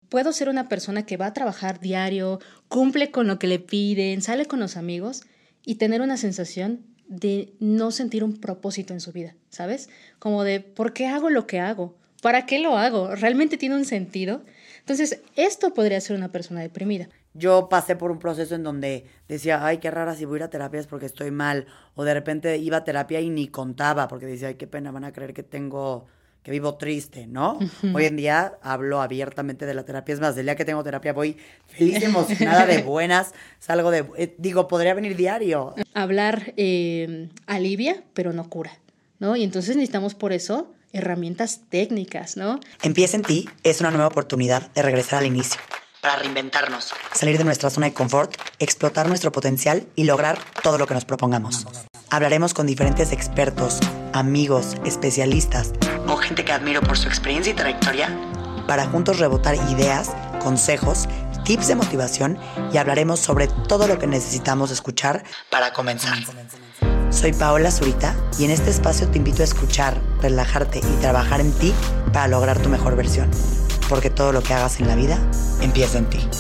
puedo ser una persona que va a trabajar diario, cumple con lo que le piden, sale con los amigos y tener una sensación de no sentir un propósito en su vida, ¿sabes? Como de, ¿por qué hago lo que hago? ¿Para qué lo hago? ¿Realmente tiene un sentido? Entonces, esto podría ser una persona deprimida. Yo pasé por un proceso en donde decía, ay, qué rara, si voy a ir a terapia es porque estoy mal. O de repente iba a terapia y ni contaba porque decía, ay, qué pena, van a creer que vivo triste, ¿no? Hoy en día hablo abiertamente de la terapia. Es más, del día que tengo terapia voy feliz, emocionada, de buenas. Salgo digo, podría venir diario. Hablar alivia, pero no cura, ¿no? Y entonces necesitamos por eso herramientas técnicas, ¿no? Empieza en ti es una nueva oportunidad de regresar al inicio. Para reinventarnos. Salir de nuestra zona de confort, explotar nuestro potencial y lograr todo lo que nos propongamos. Hablaremos con diferentes expertos, amigos, especialistas O gente que admiro por su experiencia y trayectoria. para juntos rebotar ideas, consejos, tips de motivación y hablaremos sobre todo lo que necesitamos escuchar Para comenzar. Soy Paola Zurita y en este espacio te invito a escuchar, relajarte y trabajar en ti para lograr tu mejor versión. Porque todo lo que hagas en la vida empieza en ti.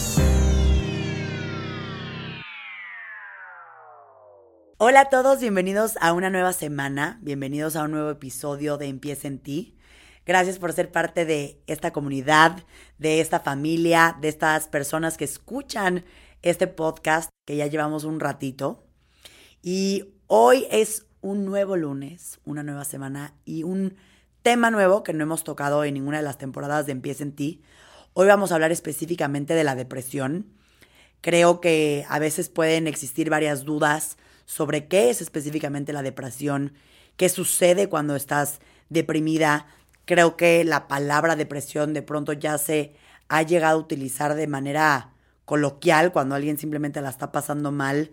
Hola a todos, bienvenidos a una nueva semana, bienvenidos a un nuevo episodio de Empieza en ti. Gracias por ser parte de esta comunidad, de esta familia, de estas personas que escuchan este podcast que ya llevamos un ratito. Y hoy es un nuevo lunes, una nueva semana y un tema nuevo que no hemos tocado en ninguna de las temporadas de Empieza en ti. Hoy vamos a hablar específicamente de la depresión. Creo que a veces pueden existir varias dudas sobre qué es específicamente la depresión, qué sucede cuando estás deprimida. Creo que la palabra depresión de pronto ya se ha llegado a utilizar de manera coloquial cuando alguien simplemente la está pasando mal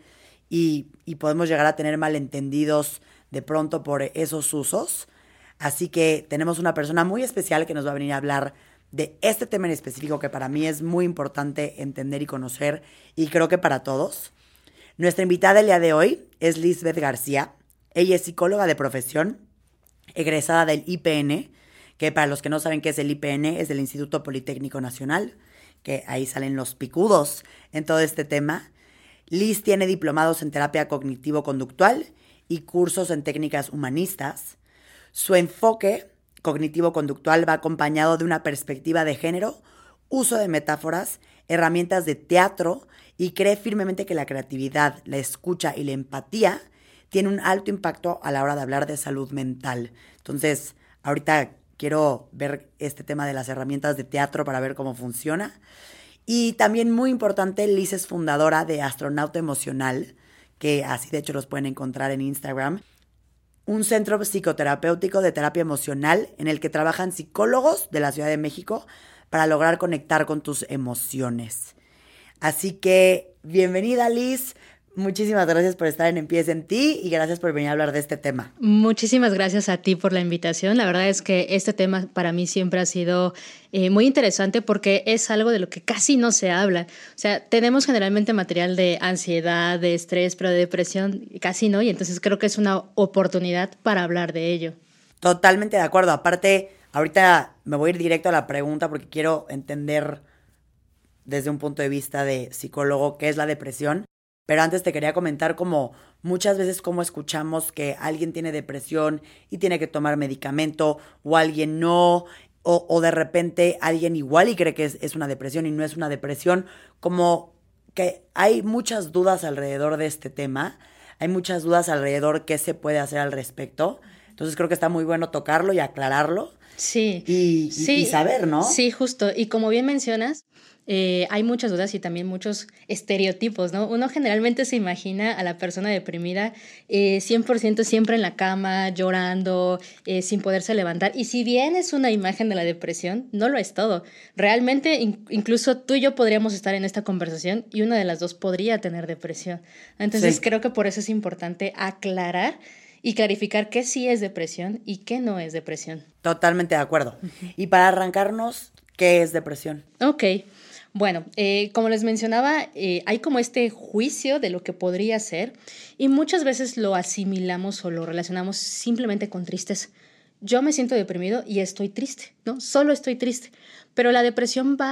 y podemos llegar a tener malentendidos de pronto por esos usos. Así que tenemos una persona muy especial que nos va a venir a hablar de este tema en específico que para mí es muy importante entender y conocer y creo que para todos. Nuestra invitada el día de hoy es Lisbeth García. Ella es psicóloga de profesión, egresada del IPN, que para los que no saben qué es el IPN, es el Instituto Politécnico Nacional, que ahí salen los picudos en todo este tema. Liz tiene diplomados en terapia cognitivo-conductual y cursos en técnicas humanistas. Su enfoque cognitivo-conductual va acompañado de una perspectiva de género, uso de metáforas, herramientas de teatro y cree firmemente que la creatividad, la escucha y la empatía tienen un alto impacto a la hora de hablar de salud mental. Entonces, ahorita quiero ver este tema de las herramientas de teatro para ver cómo funciona. Y también muy importante, Liz es fundadora de Astronauta Emocional, que así de hecho los pueden encontrar en Instagram. Un centro psicoterapéutico de terapia emocional en el que trabajan psicólogos de la Ciudad de México para lograr conectar con tus emociones. Así que, bienvenida Liz. Muchísimas gracias por estar en Empieza en ti y gracias por venir a hablar de este tema. Muchísimas gracias a ti por la invitación. La verdad es que este tema para mí siempre ha sido muy interesante porque es algo de lo que casi no se habla. O sea, tenemos generalmente material de ansiedad, de estrés, pero de depresión casi no. Y entonces creo que es una oportunidad para hablar de ello. Totalmente de acuerdo. Aparte, ahorita me voy a ir directo a la pregunta porque quiero entender desde un punto de vista de psicólogo qué es la depresión. Pero antes te quería comentar como muchas veces como escuchamos que alguien tiene depresión y tiene que tomar medicamento o alguien no, o de repente alguien igual y cree que es una depresión y no es una depresión, como que hay muchas dudas alrededor de este tema, hay muchas dudas alrededor qué se puede hacer al respecto. Entonces creo que está muy bueno tocarlo y aclararlo. Sí, y saber, ¿no? Sí, justo. Y como bien mencionas, hay muchas dudas y también muchos estereotipos, ¿no? Uno generalmente se imagina a la persona deprimida 100% siempre en la cama, llorando, sin poderse levantar. Y si bien es una imagen de la depresión, no lo es todo. Realmente, incluso tú y yo podríamos estar en esta conversación y una de las dos podría tener depresión. Entonces, creo que por eso es importante aclarar y clarificar qué sí es depresión y qué no es depresión. Totalmente de acuerdo. Y para arrancarnos, ¿qué es depresión? Ok. Bueno, como les mencionaba, hay como este juicio de lo que podría ser y muchas veces lo asimilamos o lo relacionamos simplemente con tristeza. Yo me siento deprimido y estoy triste, ¿no? Solo estoy triste. Pero la depresión va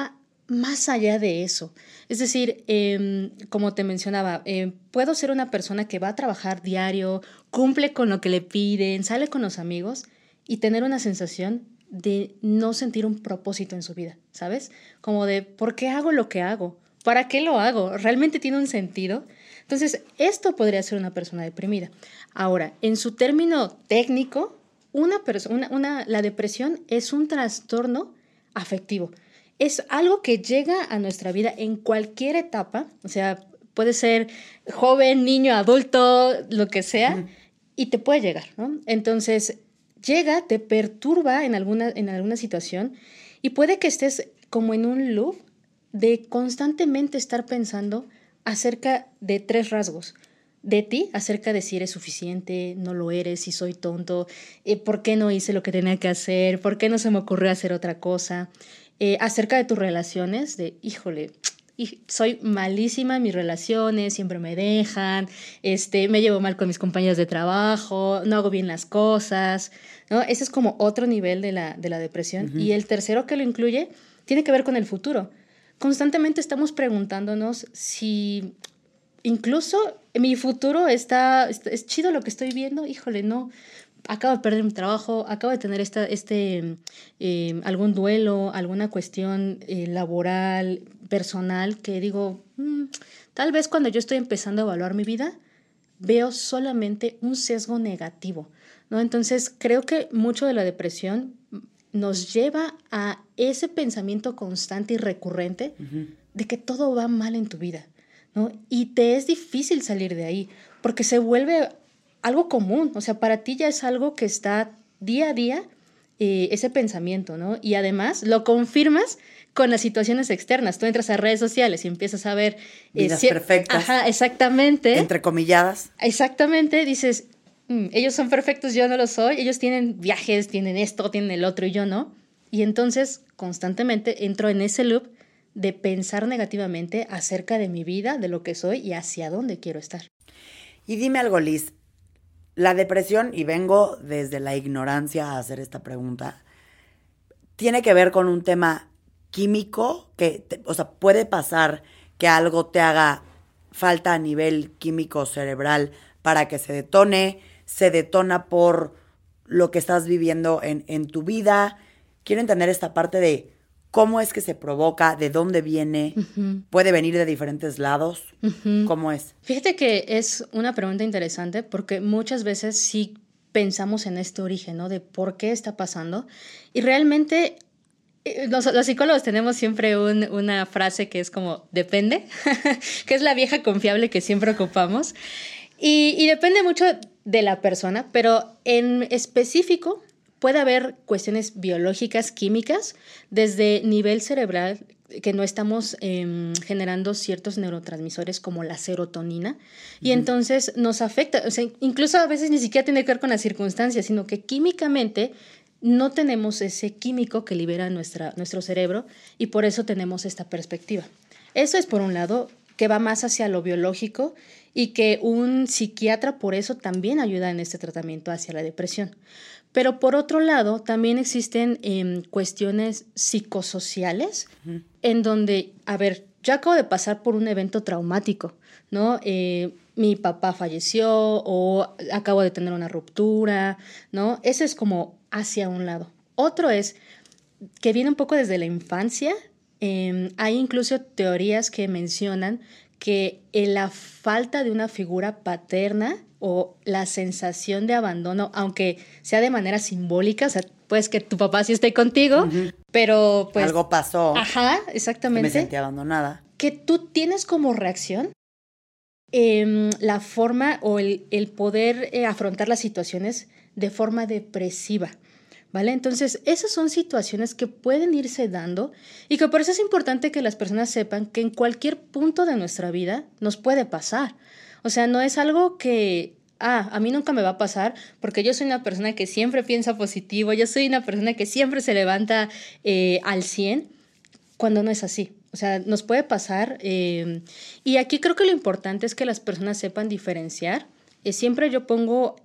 más allá de eso. Es decir, como te mencionaba, puedo ser una persona que va a trabajar diario, cumple con lo que le piden, sale con los amigos y tener una sensación de no sentir un propósito en su vida, ¿sabes? Como de, ¿por qué hago lo que hago? ¿Para qué lo hago? ¿Realmente tiene un sentido? Entonces, esto podría ser una persona deprimida. Ahora, en su término técnico, la depresión es un trastorno afectivo. Es algo que llega a nuestra vida en cualquier etapa, o sea, puede ser joven, niño, adulto, lo que sea, y te puede llegar, ¿no? Entonces, llega, te perturba en alguna situación y puede que estés como en un loop de constantemente estar pensando acerca de 3 rasgos. De ti, acerca de si eres suficiente, no lo eres, si soy tonto, por qué no hice lo que tenía que hacer, por qué no se me ocurrió hacer otra cosa. Acerca de tus relaciones, de, híjole, soy malísima en mis relaciones, siempre me dejan, me llevo mal con mis compañeros de trabajo, no hago bien las cosas, ¿no? Ese es como otro nivel de la depresión. Y el tercero que lo incluye tiene que ver con el futuro. Constantemente estamos preguntándonos si incluso mi futuro es chido lo que estoy viendo, híjole, no. Acabo de perder mi trabajo, acabo de tener algún duelo, alguna cuestión laboral, personal, que digo, tal vez cuando yo estoy empezando a evaluar mi vida, veo solamente un sesgo negativo, ¿no? Entonces, creo que mucho de la depresión nos lleva a ese pensamiento constante y recurrente de que todo va mal en tu vida, ¿no? Y te es difícil salir de ahí, porque se vuelve algo común, o sea, para ti ya es algo que está día a día, ese pensamiento, ¿no? Y además lo confirmas con las situaciones externas. Tú entras a redes sociales y empiezas a ver... vidas perfectas. Ajá, exactamente. Entrecomilladas. Exactamente, dices, ellos son perfectos, yo no lo soy, ellos tienen viajes, tienen esto, tienen el otro y yo no. Y entonces constantemente entro en ese loop de pensar negativamente acerca de mi vida, de lo que soy y hacia dónde quiero estar. Y dime algo, Liz. La depresión, y vengo desde la ignorancia a hacer esta pregunta, tiene que ver con un tema químico, o sea, puede pasar que algo te haga falta a nivel químico cerebral para que se detona por lo que estás viviendo en tu vida. Quiero entender esta parte de cómo es que se provoca, de dónde viene, puede venir de diferentes lados, ¿cómo es? Fíjate que es una pregunta interesante porque muchas veces sí pensamos en este origen, ¿no? De por qué está pasando. Y realmente los psicólogos tenemos siempre una frase que es como, depende, que es la vieja confiable que siempre ocupamos. Y depende mucho de la persona, pero en específico puede haber cuestiones biológicas, químicas, desde nivel cerebral, que no estamos generando ciertos neurotransmisores como la serotonina, y entonces nos afecta. O sea, incluso a veces ni siquiera tiene que ver con las circunstancias, sino que químicamente no tenemos ese químico que libera nuestro cerebro, y por eso tenemos esta perspectiva. Eso es por un lado, que va más hacia lo biológico, y que un psiquiatra por eso también ayuda en este tratamiento hacia la depresión. Pero por otro lado, también existen cuestiones psicosociales en donde, a ver, yo acabo de pasar por un evento traumático, ¿no? Mi papá falleció o acabo de tener una ruptura, ¿no? Ese es como hacia un lado. Otro es que viene un poco desde la infancia. Hay incluso teorías que mencionan que la falta de una figura paterna o la sensación de abandono, aunque sea de manera simbólica, o sea, pues que tu papá sí esté contigo, pero pues... algo pasó. Ajá, exactamente. Me sentí abandonada. Que tú tienes como reacción la forma o el poder afrontar las situaciones de forma depresiva, ¿vale? Entonces, esas son situaciones que pueden irse dando y que por eso es importante que las personas sepan que en cualquier punto de nuestra vida nos puede pasar. O sea, no es algo que, a mí nunca me va a pasar porque yo soy una persona que siempre piensa positivo, yo soy una persona que siempre se levanta al 100, cuando no es así. O sea, nos puede pasar. Y aquí creo que lo importante es que las personas sepan diferenciar. Siempre yo pongo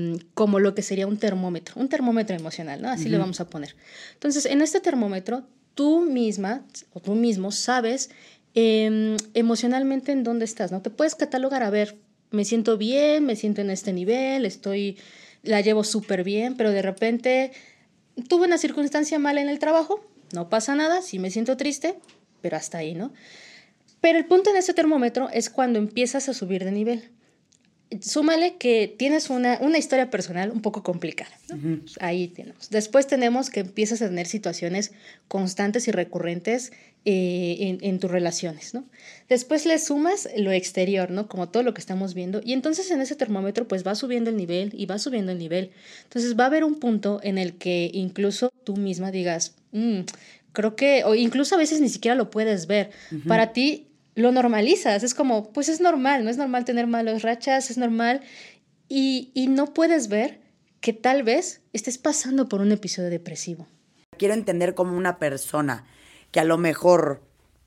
como lo que sería un termómetro emocional, ¿no? Así le vamos a poner. Entonces, en este termómetro tú misma o tú mismo sabes emocionalmente en dónde estás, ¿no? Te puedes catalogar, a ver, me siento bien, me siento en este nivel, la llevo súper bien, pero de repente tuve una circunstancia mala en el trabajo, no pasa nada, sí me siento triste, pero hasta ahí, ¿no? Pero el punto en ese termómetro es cuando empiezas a subir de nivel. Súmale que tienes una historia personal un poco complicada, ¿no? Uh-huh. Ahí tenemos. Después tenemos que empiezas a tener situaciones constantes y recurrentes en tus relaciones, ¿no? Después le sumas lo exterior, ¿no? Como todo lo que estamos viendo. Y entonces en ese termómetro pues va subiendo el nivel y va subiendo el nivel. Entonces va a haber un punto en el que incluso tú misma digas, creo que, o incluso a veces ni siquiera lo puedes ver. Uh-huh. Para ti lo normalizas, es como, pues es normal, no es normal tener malas rachas, es normal, y no puedes ver que tal vez estés pasando por un episodio depresivo. Quiero entender como una persona que a lo mejor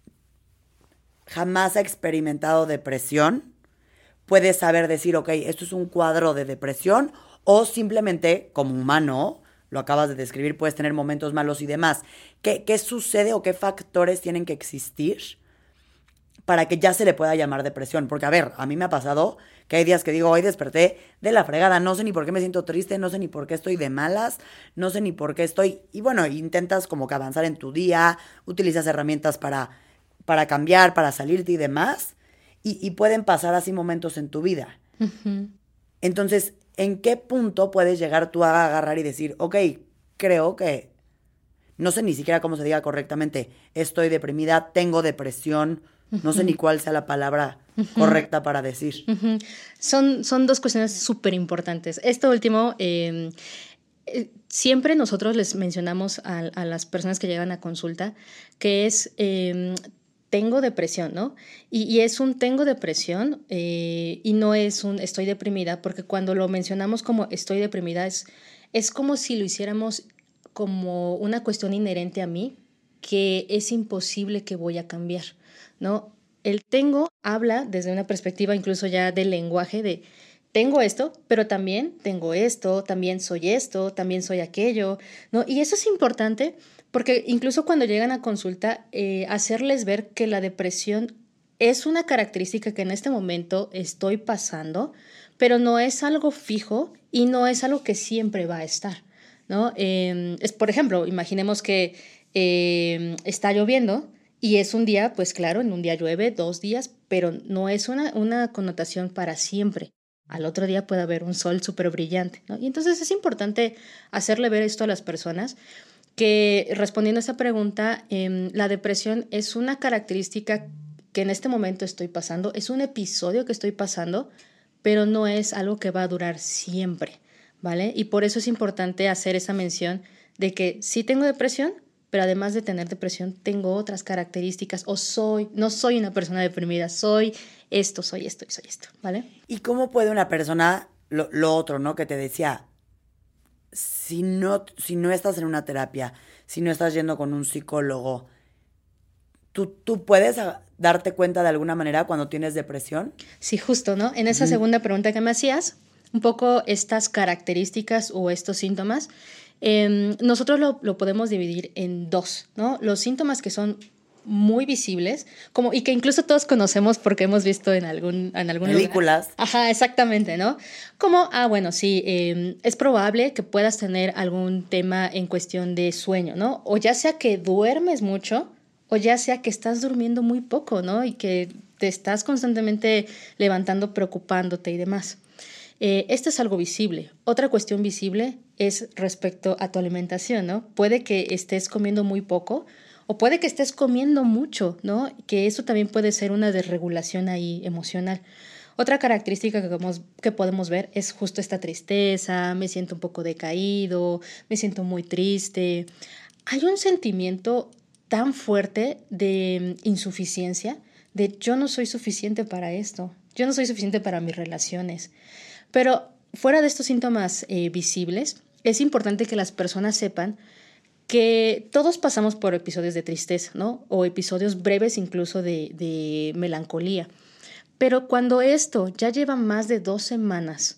jamás ha experimentado depresión, puede saber decir, ok, esto es un cuadro de depresión, o simplemente, como humano, lo acabas de describir, puedes tener momentos malos y demás. ¿Qué sucede o qué factores tienen que existir para que ya se le pueda llamar depresión? Porque, a ver, a mí me ha pasado que hay días que digo, hoy desperté de la fregada, no sé ni por qué me siento triste, no sé ni por qué estoy de malas, no sé ni por qué estoy... Y bueno, intentas como que avanzar en tu día, utilizas herramientas para cambiar, para salirte y demás, y pueden pasar así momentos en tu vida. Uh-huh. Entonces, ¿en qué punto puedes llegar tú a agarrar y decir, ok, creo que... No sé ni siquiera cómo se diga correctamente, estoy deprimida, tengo depresión... No sé ni cuál sea la palabra correcta para decir. Uh-huh. Son dos cuestiones súper importantes. Esto último, siempre nosotros les mencionamos a las personas que llegan a consulta que es, tengo depresión, ¿no? Y es un tengo depresión y no es un estoy deprimida, porque cuando lo mencionamos como estoy deprimida es como si lo hiciéramos como una cuestión inherente a mí, que es imposible que voy a cambiar, ¿no? El tengo habla desde una perspectiva incluso ya del lenguaje de tengo esto, pero también tengo esto, también soy aquello, ¿no? Y eso es importante porque incluso cuando llegan a consulta, hacerles ver que la depresión es una característica que en este momento estoy pasando, pero no es algo fijo y no es algo que siempre va a estar, ¿no? Por ejemplo, imaginemos que está lloviendo y es un día, pues claro, en un día llueve 2 días, pero no es una connotación para siempre. Al otro día puede haber un sol súper brillante, ¿no? Y entonces es importante hacerle ver esto a las personas, que respondiendo a esa pregunta, la depresión es una característica que en este momento estoy pasando, es un episodio que estoy pasando, pero no es algo que va a durar siempre, ¿vale? Y por eso es importante hacer esa mención de que sí tengo depresión, pero además de tener depresión, tengo otras características, no soy una persona deprimida, soy esto, ¿vale? ¿Y cómo puede una persona, lo otro, ¿no? Que te decía, si no estás en una terapia, si no estás yendo con un psicólogo, ¿tú puedes darte cuenta de alguna manera cuando tienes depresión? Sí, justo, ¿no? En esa segunda pregunta que me hacías, un poco estas características o estos síntomas, nosotros lo podemos dividir en 2, ¿no? Los síntomas que son muy visibles, y que incluso todos conocemos porque hemos visto en algún películas. Lugar. Ajá, exactamente, ¿no? Como, bueno, sí, es probable que puedas tener algún tema en cuestión de sueño, ¿no? O ya sea que duermes mucho, o ya sea que estás durmiendo muy poco, ¿no? Y que te estás constantemente levantando, preocupándote y demás. Esto es algo visible. Otra cuestión visible es respecto a tu alimentación, ¿no? Puede que estés comiendo muy poco o puede que estés comiendo mucho, ¿no? Que eso también puede ser una desregulación ahí emocional. Otra característica que podemos ver es justo esta tristeza, me siento un poco decaído, me siento muy triste. Hay un sentimiento tan fuerte de insuficiencia, de yo no soy suficiente para esto, yo no soy suficiente para mis relaciones. Pero fuera de estos síntomas visibles, es importante que las personas sepan que todos pasamos por episodios de tristeza, ¿no? O episodios breves incluso de melancolía. Pero cuando esto ya lleva más de 2 semanas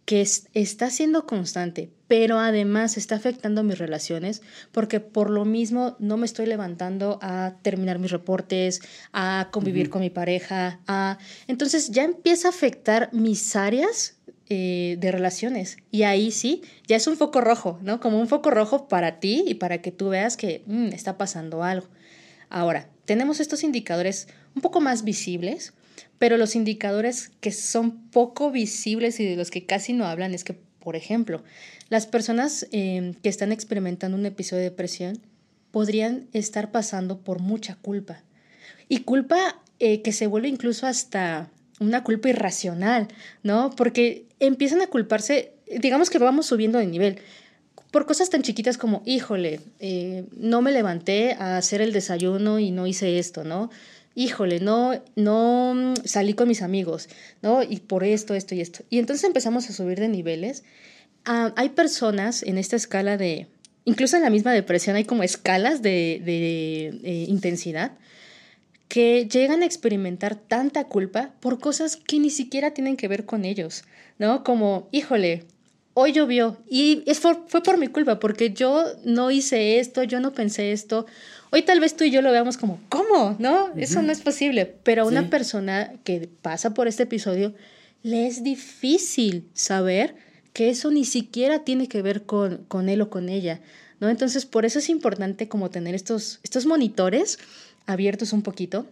que está siendo constante, pero además está afectando mis relaciones, porque por lo mismo no me estoy levantando a terminar mis reportes, a convivir con mi pareja, entonces ya empieza a afectar mis áreas de relaciones. Y ahí sí, ya es un foco rojo, ¿no? Como un foco rojo para ti y para que tú veas que está pasando algo. Ahora, tenemos estos indicadores un poco más visibles, pero los indicadores que son poco visibles y de los que casi no hablan es que, por ejemplo, las personas que están experimentando un episodio de depresión podrían estar pasando por mucha culpa. Y culpa que se vuelve incluso hasta una culpa irracional, ¿no? Porque empiezan a culparse, digamos que vamos subiendo de nivel, por cosas tan chiquitas como, híjole, no me levanté a hacer el desayuno y no hice esto, ¿no? Híjole, no salí con mis amigos, ¿no? Y por esto y esto. Y entonces empezamos a subir de niveles. Hay personas en esta escala incluso en la misma depresión hay como escalas de intensidad, que llegan a experimentar tanta culpa por cosas que ni siquiera tienen que ver con ellos, ¿no? Como, híjole, hoy llovió y fue por mi culpa, porque yo no hice esto, yo no pensé esto. Hoy tal vez tú y yo lo veamos como, ¿cómo? ¿No? Eso no es posible. Pero a una persona que pasa por este episodio, le es difícil saber que eso ni siquiera tiene que ver con él o con ella, ¿no? Entonces, por eso es importante como tener estos monitores abiertos un poquito.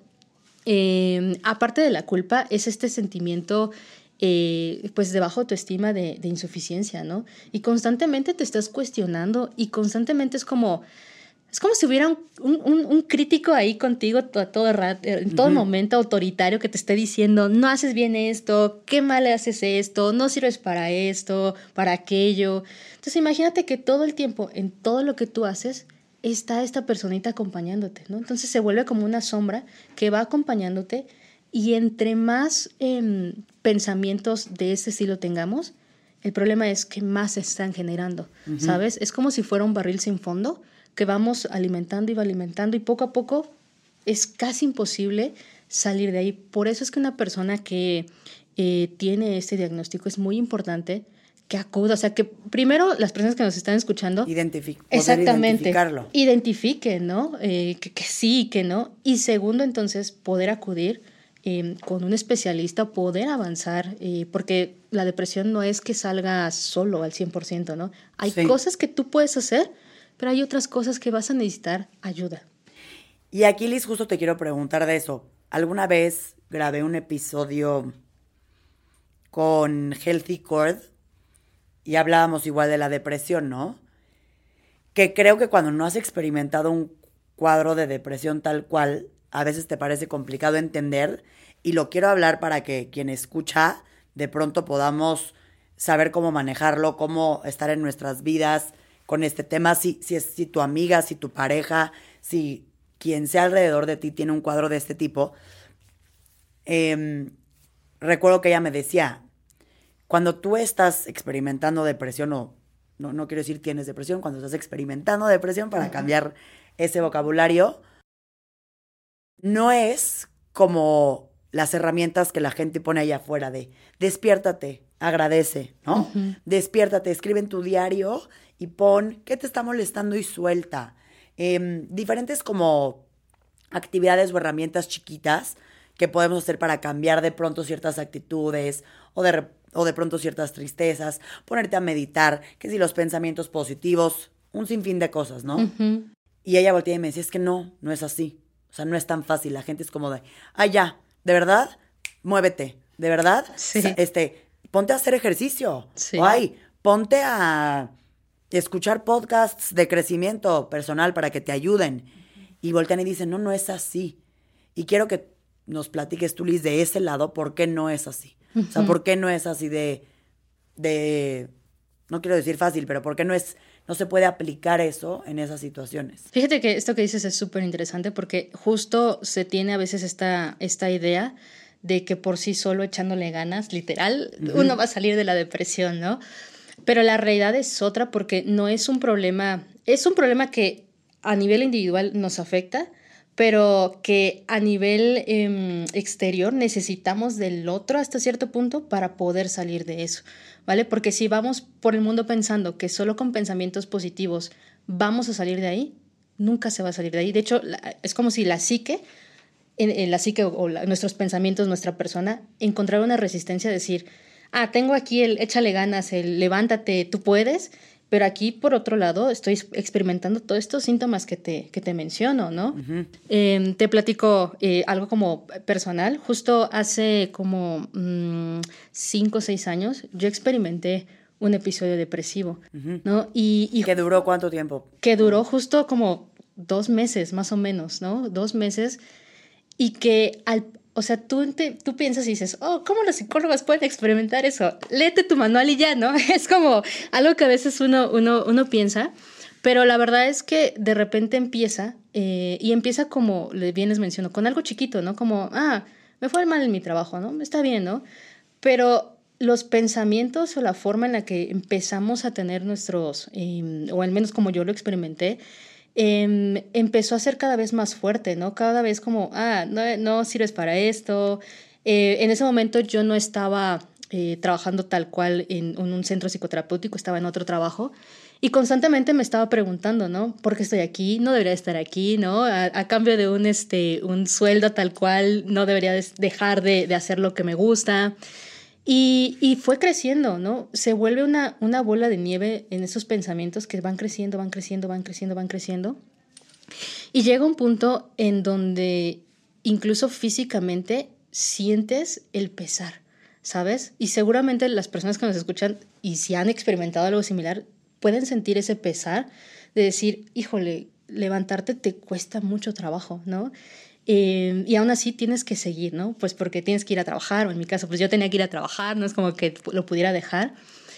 Aparte de la culpa, es este sentimiento pues de baja autoestima, de insuficiencia, ¿no? Y constantemente te estás cuestionando y constantemente es como si hubiera un crítico ahí contigo a todo rato, en todo momento, autoritario, que te esté diciendo, no haces bien esto, qué mal haces esto, no sirves para esto, para aquello. Entonces imagínate que todo el tiempo, en todo lo que tú haces, está esta personita acompañándote, ¿no? Entonces se vuelve como una sombra que va acompañándote, y entre más pensamientos de ese estilo tengamos, el problema es que más se están generando, ¿sabes? Es como si fuera un barril sin fondo que vamos alimentando y poco a poco es casi imposible salir de ahí. Por eso es que una persona que tiene este diagnóstico es muy importante que acuda, o sea, que primero las personas que nos están escuchando identificarlo. Identifiquen, ¿no? Que sí, que no. Y segundo, entonces, poder acudir con un especialista, poder avanzar, porque la depresión no es que salga solo al 100%, ¿no? Hay cosas que tú puedes hacer, pero hay otras cosas que vas a necesitar ayuda. Y aquí, Liz, justo te quiero preguntar de eso. Alguna vez grabé un episodio con Healthy Cord y hablábamos igual de la depresión, ¿no? Que creo que cuando no has experimentado un cuadro de depresión tal cual, a veces te parece complicado entender, y lo quiero hablar para que quien escucha de pronto podamos saber cómo manejarlo, cómo estar en nuestras vidas con este tema, si tu amiga, si tu pareja, si quien sea alrededor de ti tiene un cuadro de este tipo. Recuerdo que ella me decía, cuando tú estás experimentando depresión, o no quiero decir tienes depresión, cuando estás experimentando depresión, para cambiar ese vocabulario, no es como las herramientas que la gente pone allá afuera de despiértate, agradece, ¿no? Despiértate, escribe en tu diario y pon qué te está molestando y suelta. Diferentes como actividades o herramientas chiquitas que podemos hacer para cambiar de pronto ciertas actitudes o de pronto ciertas tristezas, ponerte a meditar, que si los pensamientos positivos, un sinfín de cosas, ¿no? Y ella volteaba y me decía, es que no es así. O sea, no es tan fácil. La gente es como de, ya, ¿de verdad? Muévete. ¿De verdad? Sí. Ponte a hacer ejercicio. Sí. O ponte a escuchar podcasts de crecimiento personal para que te ayuden. Y voltean y dicen, no es así. Y quiero que nos platiques tú, Liz, de ese lado, ¿por qué no es así? O sea, ¿por qué no es así de no quiero decir fácil, pero ¿por qué no se puede aplicar eso en esas situaciones? Fíjate que esto que dices es súper interesante, porque justo se tiene a veces esta idea de que por sí solo echándole ganas, literal, uno va a salir de la depresión, ¿no? Pero la realidad es otra, porque no es un problema, es un problema que a nivel individual nos afecta, pero que a nivel exterior necesitamos del otro hasta cierto punto para poder salir de eso, ¿vale? Porque si vamos por el mundo pensando que solo con pensamientos positivos vamos a salir de ahí, nunca se va a salir de ahí. De hecho, es como si la psique nuestros pensamientos, nuestra persona, encontrar una resistencia a decir, tengo aquí el échale ganas, el levántate, tú puedes, pero aquí, por otro lado, estoy experimentando todos estos síntomas que te menciono, ¿no? Uh-huh. Te platico algo como personal. Justo hace como 5 o 6 años, yo experimenté un episodio depresivo, uh-huh. ¿no? Y ¿Que duró cuánto tiempo? Que duró justo como 2 meses, más o menos, ¿no? 2 meses. Y que, o sea, tú piensas y dices, ¿cómo los psicólogos pueden experimentar eso? Léete tu manual y ya, ¿no? Es como algo que a veces uno piensa, pero la verdad es que de repente empieza, y empieza como bien les menciono, con algo chiquito, ¿no? Como, me fue mal en mi trabajo, ¿no? Está bien, ¿no? Pero los pensamientos o la forma en la que empezamos a tener nuestros, o al menos como yo lo experimenté, empezó a ser cada vez más fuerte, ¿no? Cada vez como, no sirves para esto. En ese momento yo no estaba trabajando tal cual en un centro psicoterapéutico, estaba en otro trabajo y constantemente me estaba preguntando, ¿no? ¿Por qué estoy aquí? No debería estar aquí, ¿no? A cambio de un sueldo tal cual, no debería dejar de hacer lo que me gusta. Y fue creciendo, ¿no? Se vuelve una bola de nieve en esos pensamientos que van creciendo, van creciendo, van creciendo, van creciendo. Y llega un punto en donde incluso físicamente sientes el pesar, ¿sabes? Y seguramente las personas que nos escuchan y si han experimentado algo similar pueden sentir ese pesar de decir, híjole, levantarte te cuesta mucho trabajo, ¿no? Y aún así tienes que seguir, ¿no? Pues porque tienes que ir a trabajar, o en mi caso, pues yo tenía que ir a trabajar, no es como que lo pudiera dejar.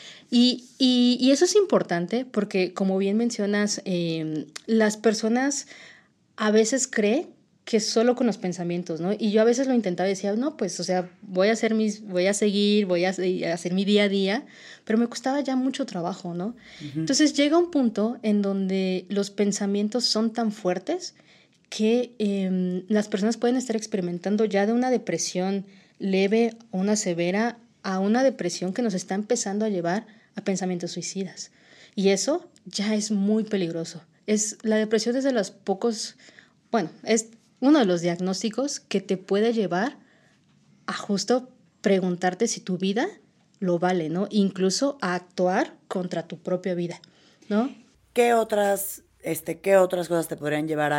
Y eso es importante porque, como bien mencionas, las personas a veces creen que solo con los pensamientos, ¿no? Y yo a veces lo intentaba y decía, no, pues, o sea, voy a hacer voy a hacer mi día a día, pero me costaba ya mucho trabajo, ¿no? Uh-huh. Entonces llega un punto en donde los pensamientos son tan fuertes que las personas pueden estar experimentando ya de una depresión leve o una severa a una depresión que nos está empezando a llevar a pensamientos suicidas. Y eso ya es muy peligroso. La depresión es de los pocos, es uno de los diagnósticos que te puede llevar a justo preguntarte si tu vida lo vale, ¿no? Incluso a actuar contra tu propia vida, ¿no? ¿Qué otras cosas te podrían llevar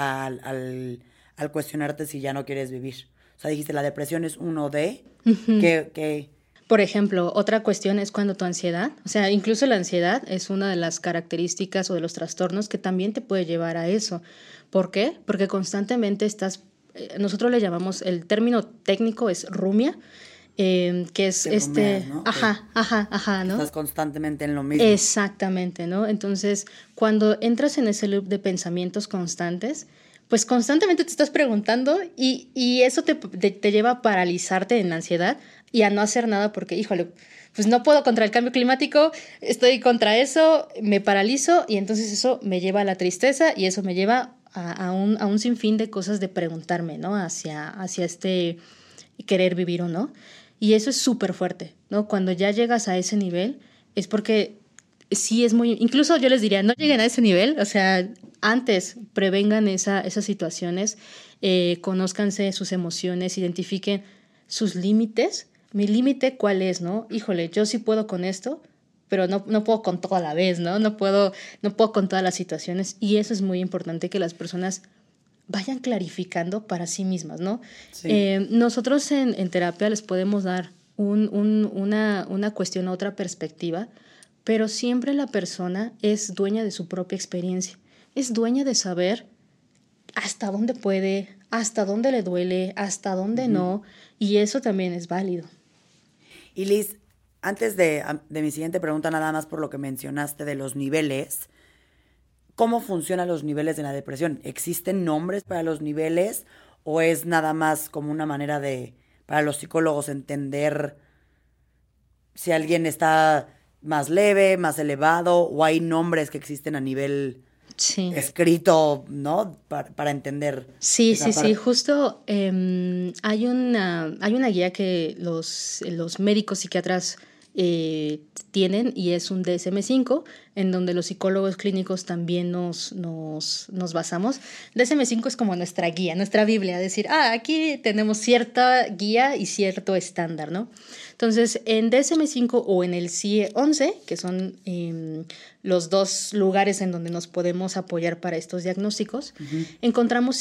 al cuestionarte si ya no quieres vivir? O sea, dijiste, la depresión es uno de... Uh-huh. ¿Qué? Por ejemplo, otra cuestión es cuando tu ansiedad, o sea, incluso la ansiedad es una de las características o de los trastornos que también te puede llevar a eso. ¿Por qué? Porque constantemente nosotros le llamamos, el término técnico es rumia, que es rumiar, ¿no? Ajá, ¿no? Estás constantemente en lo mismo. Exactamente, ¿no? Entonces, cuando entras en ese loop de pensamientos constantes, pues constantemente te estás preguntando y eso te lleva a paralizarte en la ansiedad y a no hacer nada porque, híjole, pues no puedo contra el cambio climático, estoy contra eso, me paralizo y entonces eso me lleva a la tristeza y eso me lleva a un sinfín de cosas de preguntarme, ¿no? Hacia este querer vivir o no. Y eso es súper fuerte, ¿no? Cuando ya llegas a ese nivel es porque sí es muy... Incluso yo les diría, no lleguen a ese nivel, o sea, antes prevengan esas situaciones, conózcanse sus emociones, identifiquen sus límites. Mi límite, ¿cuál es, no? Híjole, yo sí puedo con esto, pero no puedo con todo a la vez, ¿no? No puedo con todas las situaciones. Y eso es muy importante que las personas vayan clarificando para sí mismas, ¿no? Sí. Nosotros en terapia les podemos dar una cuestión, otra perspectiva, pero siempre la persona es dueña de su propia experiencia. Es dueña de saber hasta dónde puede, hasta dónde le duele, hasta dónde no, y eso también es válido. Y Liz, antes de mi siguiente pregunta, nada más por lo que mencionaste de los niveles, ¿cómo funcionan los niveles de la depresión? ¿Existen nombres para los niveles o es nada más como una manera para los psicólogos entender si alguien está más leve, más elevado, o hay nombres que existen a nivel Sí. escrito, ¿no? Para entender. Sí, esa sí, parte. sí, justo hay una guía que los médicos psiquiatras tienen y es un DSM-5 en donde los psicólogos clínicos también nos basamos. DSM-5 es como nuestra guía, nuestra Biblia, decir, aquí tenemos cierta guía y cierto estándar, ¿no? Entonces, en DSM-5 o en el CIE-11, que son los dos lugares en donde nos podemos apoyar para estos diagnósticos, encontramos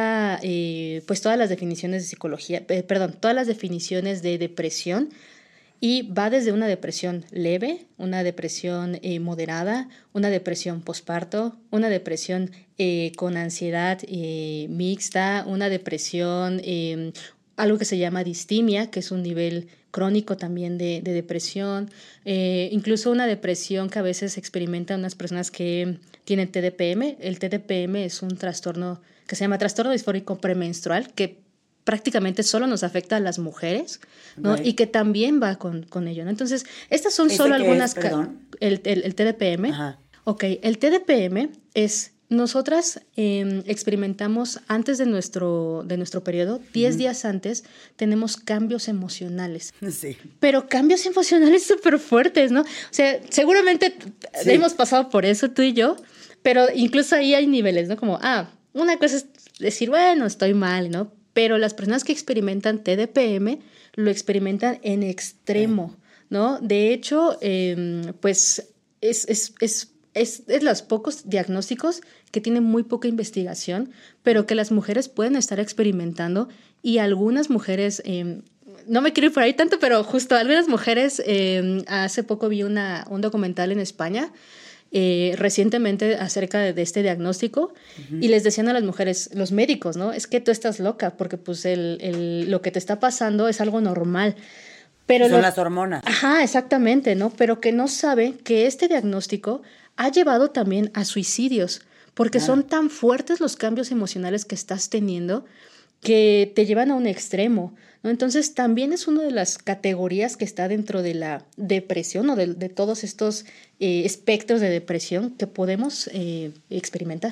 pues todas las definiciones de psicología, todas las definiciones de depresión, y va desde una depresión leve, una depresión moderada, una depresión posparto, una depresión con ansiedad mixta, una depresión, algo que se llama distimia, que es un nivel crónico también de depresión, incluso una depresión que a veces experimentan unas personas que tienen TDPM. El TDPM es un trastorno que se llama trastorno disfórico premenstrual, que prácticamente solo nos afecta a las mujeres, ¿no? Right. Y que también va con ello, ¿no? Entonces, estas son ¿Ese solo qué algunas... es, perdón? El TDPM. Ajá. Ok, el TDPM es... Nosotras experimentamos antes de nuestro periodo, 10 días antes, tenemos cambios emocionales. Sí. Pero cambios emocionales súper fuertes, ¿no? O sea, seguramente Sí. hemos pasado por eso tú y yo, pero incluso ahí hay niveles, ¿no? Como, una cosa es decir, bueno, estoy mal, ¿no? Pero las personas que experimentan TDPM lo experimentan en extremo, ¿no? De hecho, pues es de los pocos diagnósticos que tienen muy poca investigación, pero que las mujeres pueden estar experimentando, y algunas mujeres, no me quiero ir por ahí tanto, pero justo algunas mujeres, hace poco vi un documental en España, recientemente acerca de este diagnóstico, y les decían a las mujeres, los médicos, ¿no? Es que tú estás loca porque pues lo que te está pasando es algo normal. Pero Son las hormonas. Ajá, exactamente, ¿no? Pero que no sabe que este diagnóstico ha llevado también a suicidios, porque son tan fuertes los cambios emocionales que estás teniendo que te llevan a un extremo, ¿no? Entonces también es una de las categorías que está dentro de la depresión, o de todos estos espectros de depresión que podemos experimentar.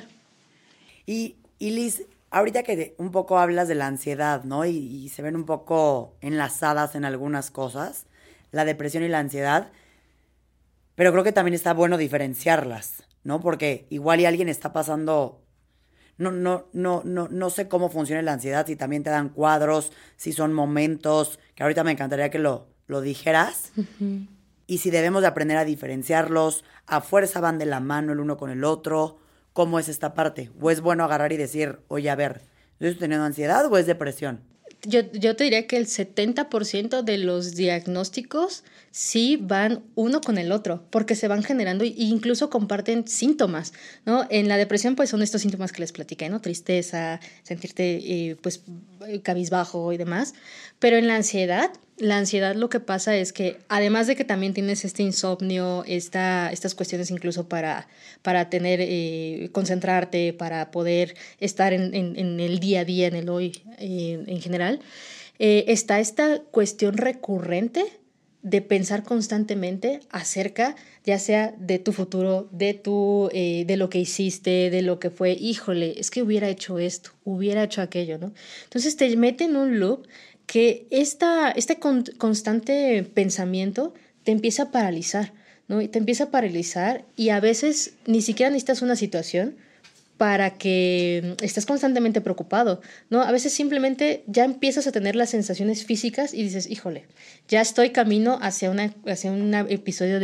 Y Liz, ahorita que un poco hablas de la ansiedad, ¿no? Y se ven un poco enlazadas en algunas cosas, la depresión y la ansiedad, pero creo que también está bueno diferenciarlas, ¿no? Porque igual y alguien está pasando... No sé cómo funciona la ansiedad, si también te dan cuadros, si son momentos, que ahorita me encantaría que lo dijeras. Uh-huh. Y si debemos de aprender a diferenciarlos, a fuerza van de la mano el uno con el otro. ¿Cómo es esta parte? ¿O es bueno agarrar y decir, oye, a ver, ¿yo estoy teniendo ansiedad o es depresión? Yo te diría que el 70% de los diagnósticos sí van uno con el otro, porque se van generando e incluso comparten síntomas, ¿no? En la depresión pues son estos síntomas que les platiqué, ¿no? Tristeza, sentirte pues cabizbajo y demás, pero en la ansiedad lo que pasa es que además de que también tienes este insomnio, estas cuestiones incluso para tener, concentrarte, para poder estar en el día a día, en el hoy en general, está esta cuestión recurrente de pensar constantemente acerca, ya sea de tu futuro, de lo que hiciste, de lo que fue, híjole, es que hubiera hecho esto, hubiera hecho aquello, ¿no? Entonces te mete en un loop que este constante pensamiento te empieza a paralizar, ¿no? Y te empieza a paralizar, y a veces ni siquiera necesitas una situación para que estés constantemente preocupado, ¿no? A veces simplemente ya empiezas a tener las sensaciones físicas y dices, híjole, ya estoy camino hacia un episodio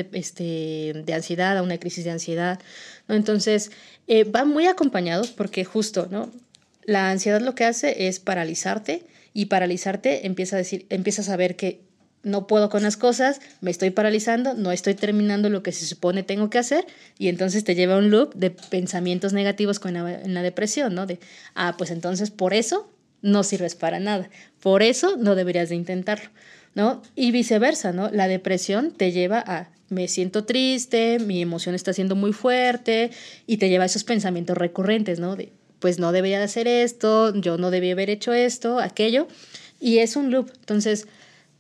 de ansiedad, a una crisis de ansiedad, ¿no? Entonces, van muy acompañados porque justo, ¿no? La ansiedad lo que hace es paralizarte, y paralizarte empiezas a ver que no puedo con las cosas, me estoy paralizando, no estoy terminando lo que se supone tengo que hacer, y entonces te lleva a un loop de pensamientos negativos en la depresión, ¿no? Pues entonces por eso no sirves para nada, por eso no deberías de intentarlo, ¿no? Y viceversa, ¿no? La depresión te lleva a me siento triste, mi emoción está siendo muy fuerte, y te lleva a esos pensamientos recurrentes, ¿no? Pues no debería de hacer esto, yo no debía haber hecho esto, aquello, y es un loop. Entonces,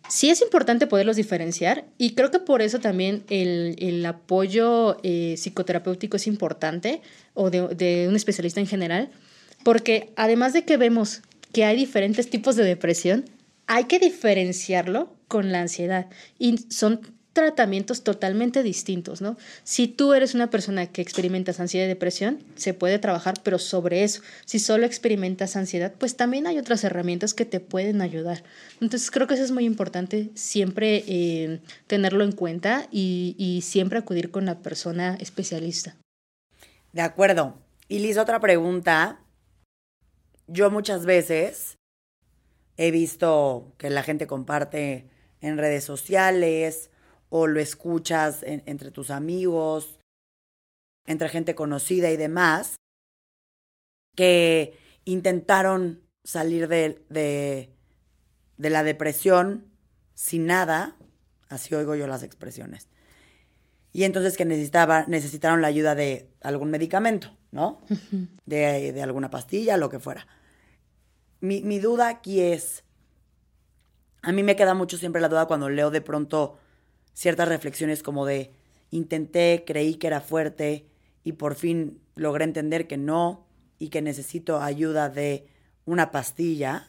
Sí es importante poderlos diferenciar y creo que por eso también el apoyo psicoterapéutico es importante o de un especialista en general, porque además de que vemos que hay diferentes tipos de depresión, hay que diferenciarlo con la ansiedad y son tratamientos totalmente distintos, ¿no? Si tú eres una persona que experimentas ansiedad y depresión, se puede trabajar, pero sobre eso. Si solo experimentas ansiedad, pues también hay otras herramientas que te pueden ayudar. Entonces creo que eso es muy importante, siempre tenerlo en cuenta y siempre acudir con la persona especialista. De acuerdo. Y Liz, otra pregunta. Yo muchas veces he visto que la gente comparte en redes sociales o lo escuchas entre tus amigos, entre gente conocida y demás, que intentaron salir de la depresión sin nada, así oigo yo las expresiones, y entonces que necesitaron la ayuda de algún medicamento, ¿no? Uh-huh. De alguna pastilla, lo que fuera. Mi duda aquí es, a mí me queda mucho siempre la duda cuando leo de pronto ciertas reflexiones como de intenté, creí que era fuerte y por fin logré entender que no y que necesito ayuda de una pastilla.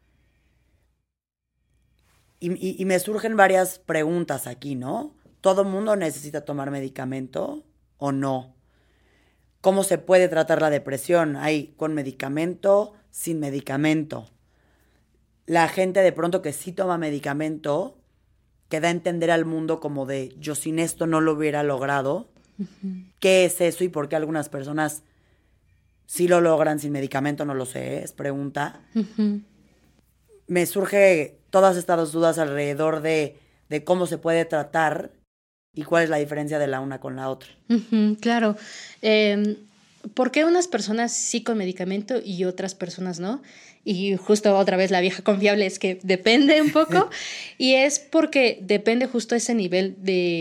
Y me surgen varias preguntas aquí, ¿no? ¿Todo mundo necesita tomar medicamento o no? ¿Cómo se puede tratar la depresión? ¿Hay con medicamento, sin medicamento? La gente de pronto que sí toma medicamento, que da a entender al mundo como de yo sin esto no lo hubiera logrado. Uh-huh. ¿Qué es eso y por qué algunas personas sí lo logran sin medicamento? No lo sé, es pregunta. Uh-huh. Me surge todas estas dudas alrededor de cómo se puede tratar y cuál es la diferencia de la una con la otra. Uh-huh, claro. ¿Por qué unas personas sí con medicamento y otras personas no? Y justo otra vez la vieja confiable es que depende un poco y es porque depende justo ese nivel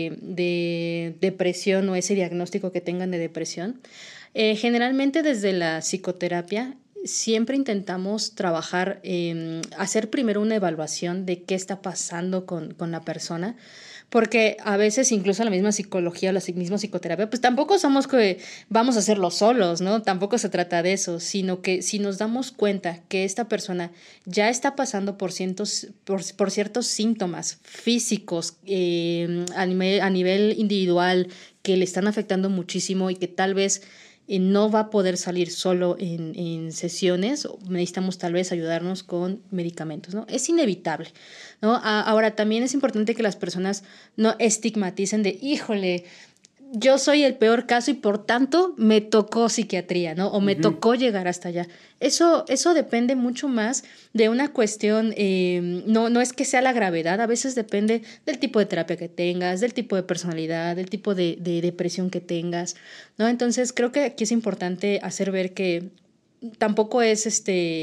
de depresión o ese diagnóstico que tengan de depresión. Generalmente desde la psicoterapia siempre intentamos trabajar, hacer primero una evaluación de qué está pasando con la persona. Porque a veces incluso la misma psicología o la misma psicoterapia, pues tampoco somos que vamos a hacerlo solos, ¿no? Tampoco se trata de eso, sino que si nos damos cuenta que esta persona ya está pasando por ciertos síntomas físicos a nivel individual que le están afectando muchísimo y que tal vez no va a poder salir solo en sesiones, necesitamos tal vez ayudarnos con medicamentos, ¿no? Es inevitable, ¿no? Ahora, también es importante que las personas no estigmaticen de, híjole, yo soy el peor caso y por tanto me tocó psiquiatría, ¿no? O me tocó llegar hasta allá. Eso depende mucho más de una cuestión, no es que sea la gravedad, a veces depende del tipo de terapia que tengas, del tipo de personalidad, del tipo de depresión que tengas, ¿no? Entonces creo que aquí es importante hacer ver que tampoco es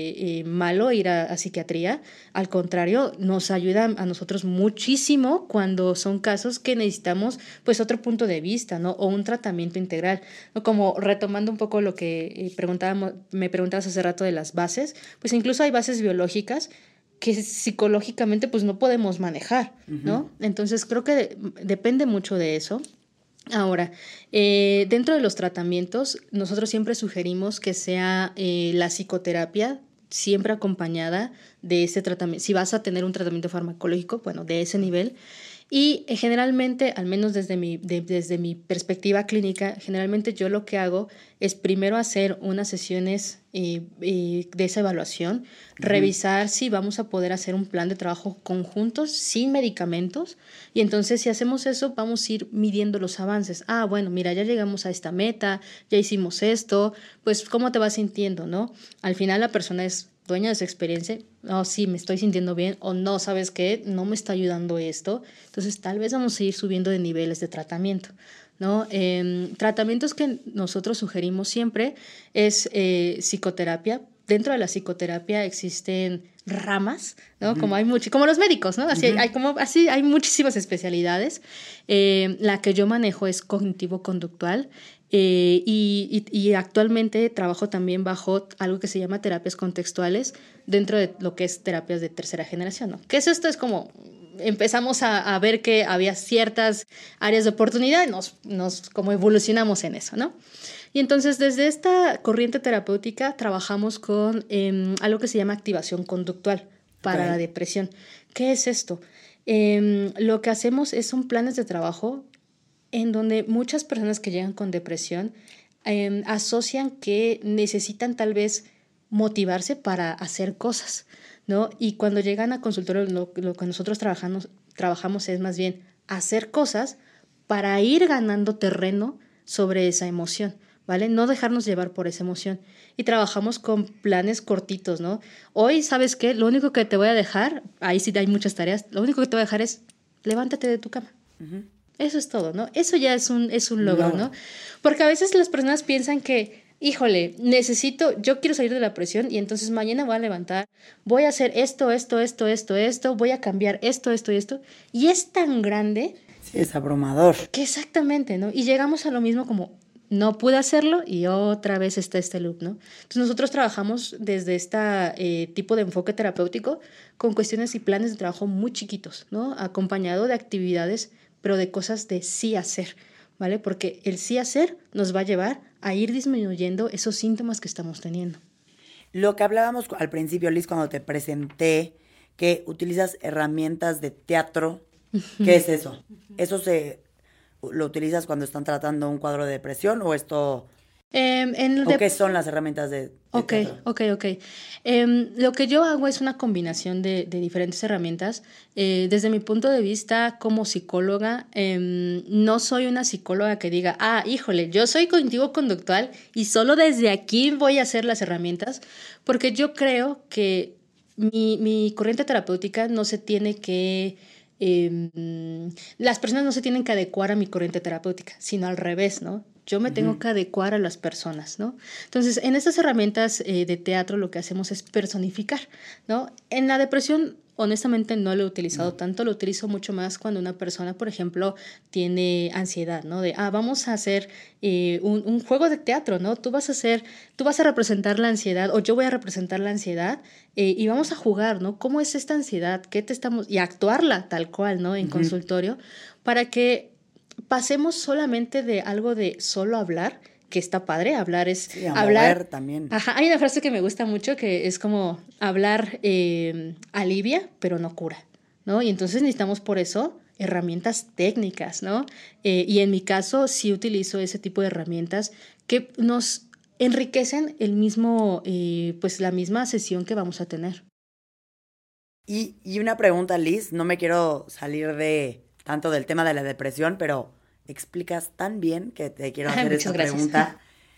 malo ir a psiquiatría, al contrario, nos ayuda a nosotros muchísimo cuando son casos que necesitamos pues otro punto de vista, ¿no? O un tratamiento integral, ¿no? Como retomando un poco lo que me preguntabas hace rato de las bases, pues incluso hay bases biológicas que psicológicamente pues no podemos manejar, ¿no? Uh-huh. Entonces creo que depende mucho de eso. Ahora, dentro de los tratamientos, nosotros siempre sugerimos que sea la psicoterapia siempre acompañada de ese tratamiento. Si vas a tener un tratamiento farmacológico, bueno, de ese nivel. Y generalmente, al menos desde mi perspectiva clínica, generalmente yo lo que hago es primero hacer unas sesiones de esa evaluación, revisar si vamos a poder hacer un plan de trabajo conjuntos sin medicamentos y entonces si hacemos eso vamos a ir midiendo los avances. Bueno, mira, ya llegamos a esta meta, ya hicimos esto, pues ¿cómo te vas sintiendo, no? Al final la persona es dueña de su experiencia, sí, me estoy sintiendo bien, o no, ¿sabes qué? No me está ayudando esto, entonces tal vez vamos a ir subiendo de niveles de tratamiento, ¿no? Tratamientos que nosotros sugerimos siempre es psicoterapia. Dentro de la psicoterapia existen ramas, ¿no? Como los médicos, ¿no? Así hay muchísimas especialidades. La que yo manejo es cognitivo-conductual. Y actualmente trabajo también bajo algo que se llama terapias contextuales dentro de lo que es terapias de tercera generación, ¿no? ¿Qué es esto? Es como empezamos a ver que había ciertas áreas de oportunidad, nos como evolucionamos en eso, ¿no? Y entonces desde esta corriente terapéutica trabajamos con algo que se llama activación conductual para la depresión. ¿Qué es esto? Lo que hacemos son planes de trabajo en donde muchas personas que llegan con depresión asocian que necesitan tal vez motivarse para hacer cosas, ¿no? Y cuando llegan a consultorio, lo que nosotros trabajamos es más bien hacer cosas para ir ganando terreno sobre esa emoción, ¿vale? No dejarnos llevar por esa emoción. Y trabajamos con planes cortitos, ¿no? Hoy, ¿sabes qué? Lo único que te voy a dejar, ahí sí hay muchas tareas, lo único que te voy a dejar es levántate de tu cama. Uh-huh. Eso es todo, ¿no? Eso ya es un logro, ¿no? Porque a veces las personas piensan que, híjole, yo quiero salir de la presión y entonces mañana voy a levantar, voy a hacer esto, voy a cambiar esto. Y es tan grande. Sí, es abrumador. Que exactamente, ¿no? Y llegamos a lo mismo como, no pude hacerlo y otra vez está este loop, ¿no? Entonces nosotros trabajamos desde este tipo de enfoque terapéutico con cuestiones y planes de trabajo muy chiquitos, ¿no? Acompañado de actividades, pero de cosas de sí hacer, ¿vale? Porque el sí hacer nos va a llevar a ir disminuyendo esos síntomas que estamos teniendo. Lo que hablábamos al principio, Liz, cuando te presenté, que utilizas herramientas de teatro, ¿qué es eso? ¿Eso lo utilizas cuando están tratando un cuadro de depresión o esto... ¿O qué son las herramientas de teatro? Ok. Lo que yo hago es una combinación de diferentes herramientas. Desde mi punto de vista como psicóloga, no soy una psicóloga que diga, híjole, yo soy cognitivo-conductual y solo desde aquí voy a hacer las herramientas, porque yo creo que mi corriente terapéutica no se tiene que... las personas no se tienen que adecuar a mi corriente terapéutica, sino al revés, ¿no? Yo me tengo que adecuar a las personas, ¿no? Entonces, en estas herramientas de teatro lo que hacemos es personificar, ¿no? En la depresión, honestamente, no lo he utilizado tanto, lo utilizo mucho más cuando una persona, por ejemplo, tiene ansiedad, ¿no? De, vamos a hacer un juego de teatro, ¿no? Tú vas a representar la ansiedad o yo voy a representar la ansiedad y vamos a jugar, ¿no? ¿Cómo es esta ansiedad? Y actuarla tal cual, ¿no? En consultorio, para que pasemos solamente de algo de solo hablar, que está padre, hablar es... Sí, hablar también. Ajá, hay una frase que me gusta mucho que es como hablar alivia, pero no cura, ¿no? Y entonces necesitamos por eso herramientas técnicas, ¿no? Y en mi caso sí utilizo ese tipo de herramientas que nos enriquecen pues la misma sesión que vamos a tener. Y una pregunta, Liz, no me quiero salir tanto del tema de la depresión, pero explicas tan bien que te quiero hacer esta pregunta.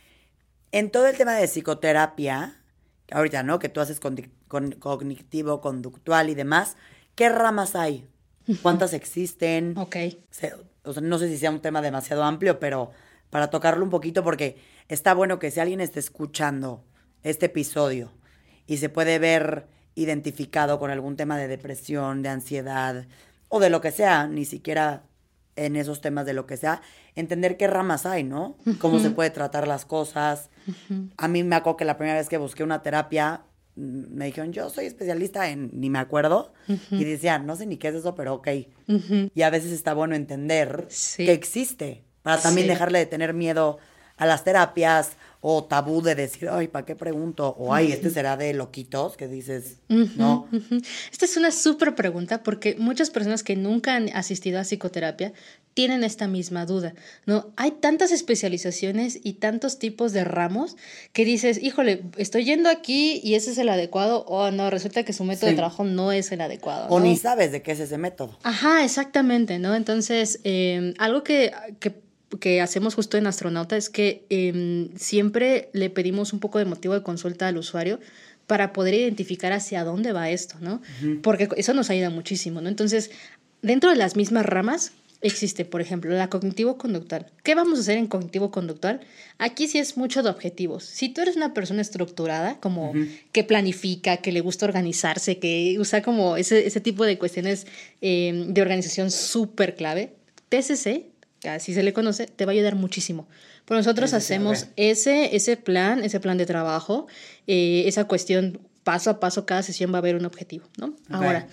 En todo el tema de psicoterapia, ahorita, ¿no? Que tú haces cognitivo, conductual y demás, ¿qué ramas hay? ¿Cuántas existen? Ok. O sea, no sé si sea un tema demasiado amplio, pero para tocarlo un poquito, porque está bueno que si alguien está escuchando este episodio y se puede ver identificado con algún tema de depresión, de ansiedad o de lo que sea, ni siquiera en esos temas de lo que sea, entender qué ramas hay, ¿no? Cómo se puede tratar las cosas. A mí me acuerdo que la primera vez que busqué una terapia, me dijeron, yo soy especialista en, ni me acuerdo, y decía, no sé ni qué es eso, pero ok. Y a veces está bueno entender que existe, para también dejarle de tener miedo a las terapias, o tabú de decir, ay, ¿para qué pregunto? O, ay, este será de loquitos, que dices, ¿no? Esta es una súper pregunta porque muchas personas que nunca han asistido a psicoterapia tienen esta misma duda, ¿no? Hay tantas especializaciones y tantos tipos de ramos que dices, híjole, estoy yendo aquí y ese es el adecuado, o no, resulta que su método de trabajo no es el adecuado, ¿no? O ni sabes de qué es ese método. Ajá, exactamente, ¿no? Entonces, algo que hacemos justo en Astronauta es que siempre le pedimos un poco de motivo de consulta al usuario para poder identificar hacia dónde va esto, ¿no? Porque eso nos ayuda muchísimo, ¿no? Entonces, dentro de las mismas ramas existe, por ejemplo, la cognitivo-conductual. ¿Qué vamos a hacer en cognitivo-conductual? Aquí sí es mucho de objetivos. Si tú eres una persona estructurada, como que planifica, que le gusta organizarse, que usa como ese tipo de cuestiones de organización súper clave, TCC, así se le conoce, te va a ayudar muchísimo. Pero nosotros hacemos ese plan de trabajo, esa cuestión paso a paso, cada sesión va a haber un objetivo, ¿no? Ahora,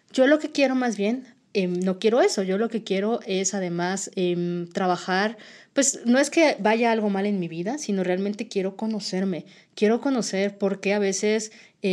Yo lo que quiero más bien, no quiero eso, yo lo que quiero es además trabajar, pues no es que vaya algo mal en mi vida, sino realmente quiero conocer por qué a veces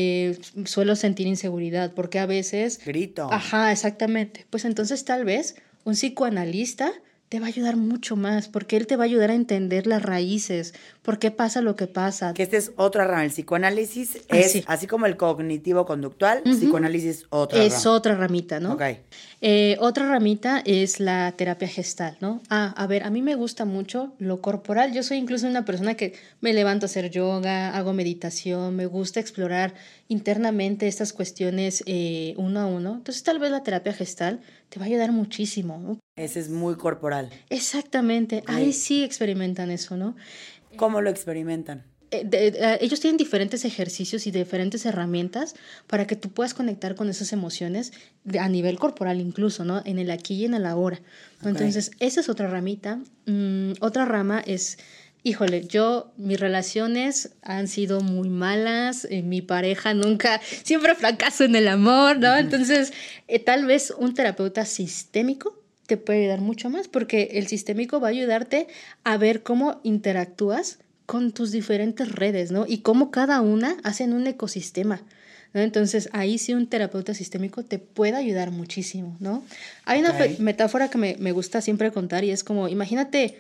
suelo sentir inseguridad, por qué a veces... Grito. Ajá, exactamente. Pues entonces tal vez un psicoanalista te va a ayudar mucho más, porque él te va a ayudar a entender las raíces, por qué pasa lo que pasa. Que esta es otra rama. El psicoanálisis Ah, es, sí. así como el cognitivo-conductual, Ujú. psicoanálisis otra Es rama. otra ramita, ¿no? Ok. Otra ramita es la terapia gestal, ¿no? A ver, a mí me gusta mucho lo corporal. Yo soy incluso una persona que me levanto a hacer yoga, hago meditación, me gusta explorar internamente estas cuestiones uno a uno. Entonces, tal vez la terapia gestal te va a ayudar muchísimo, ¿no? Ese es muy corporal. Exactamente. Ahí sí experimentan eso, ¿no? ¿Cómo lo experimentan? Ellos tienen diferentes ejercicios y diferentes herramientas para que tú puedas conectar con esas emociones a nivel corporal incluso, ¿no? En el aquí y en el ahora. Ok. Entonces, esa es otra ramita. Otra rama es, híjole, mis relaciones han sido muy malas, mi pareja siempre fracaso en el amor, ¿no? Entonces, tal vez un terapeuta sistémico te puede ayudar mucho más porque el sistémico va a ayudarte a ver cómo interactúas con tus diferentes redes, ¿no? Y cómo cada una hacen un ecosistema, ¿no? Entonces, ahí sí un terapeuta sistémico te puede ayudar muchísimo, ¿no? Hay una metáfora que me gusta siempre contar y es como, imagínate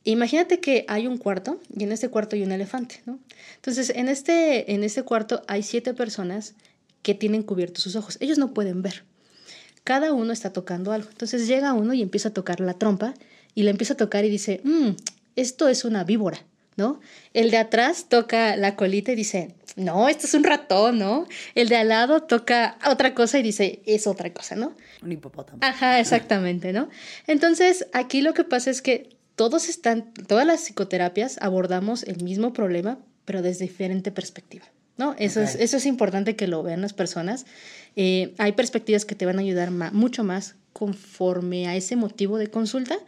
que hay un cuarto y en este cuarto hay un elefante, ¿no? Entonces, en este cuarto hay 7 personas que tienen cubiertos sus ojos. Ellos no pueden ver. Cada uno está tocando algo. Entonces llega uno y empieza a tocar la trompa y le empieza a tocar y dice, esto es una víbora, ¿no? El de atrás toca la colita y dice, no, esto es un ratón, ¿no? El de al lado toca otra cosa y dice, es otra cosa, ¿no? Un hipopótamo. Ajá, exactamente, ¿no? Entonces, aquí lo que pasa es que todas las psicoterapias abordamos el mismo problema, pero desde diferente perspectiva, ¿no? Eso es importante que lo vean las personas. Hay perspectivas que te van a ayudar mucho más conforme a ese motivo de consulta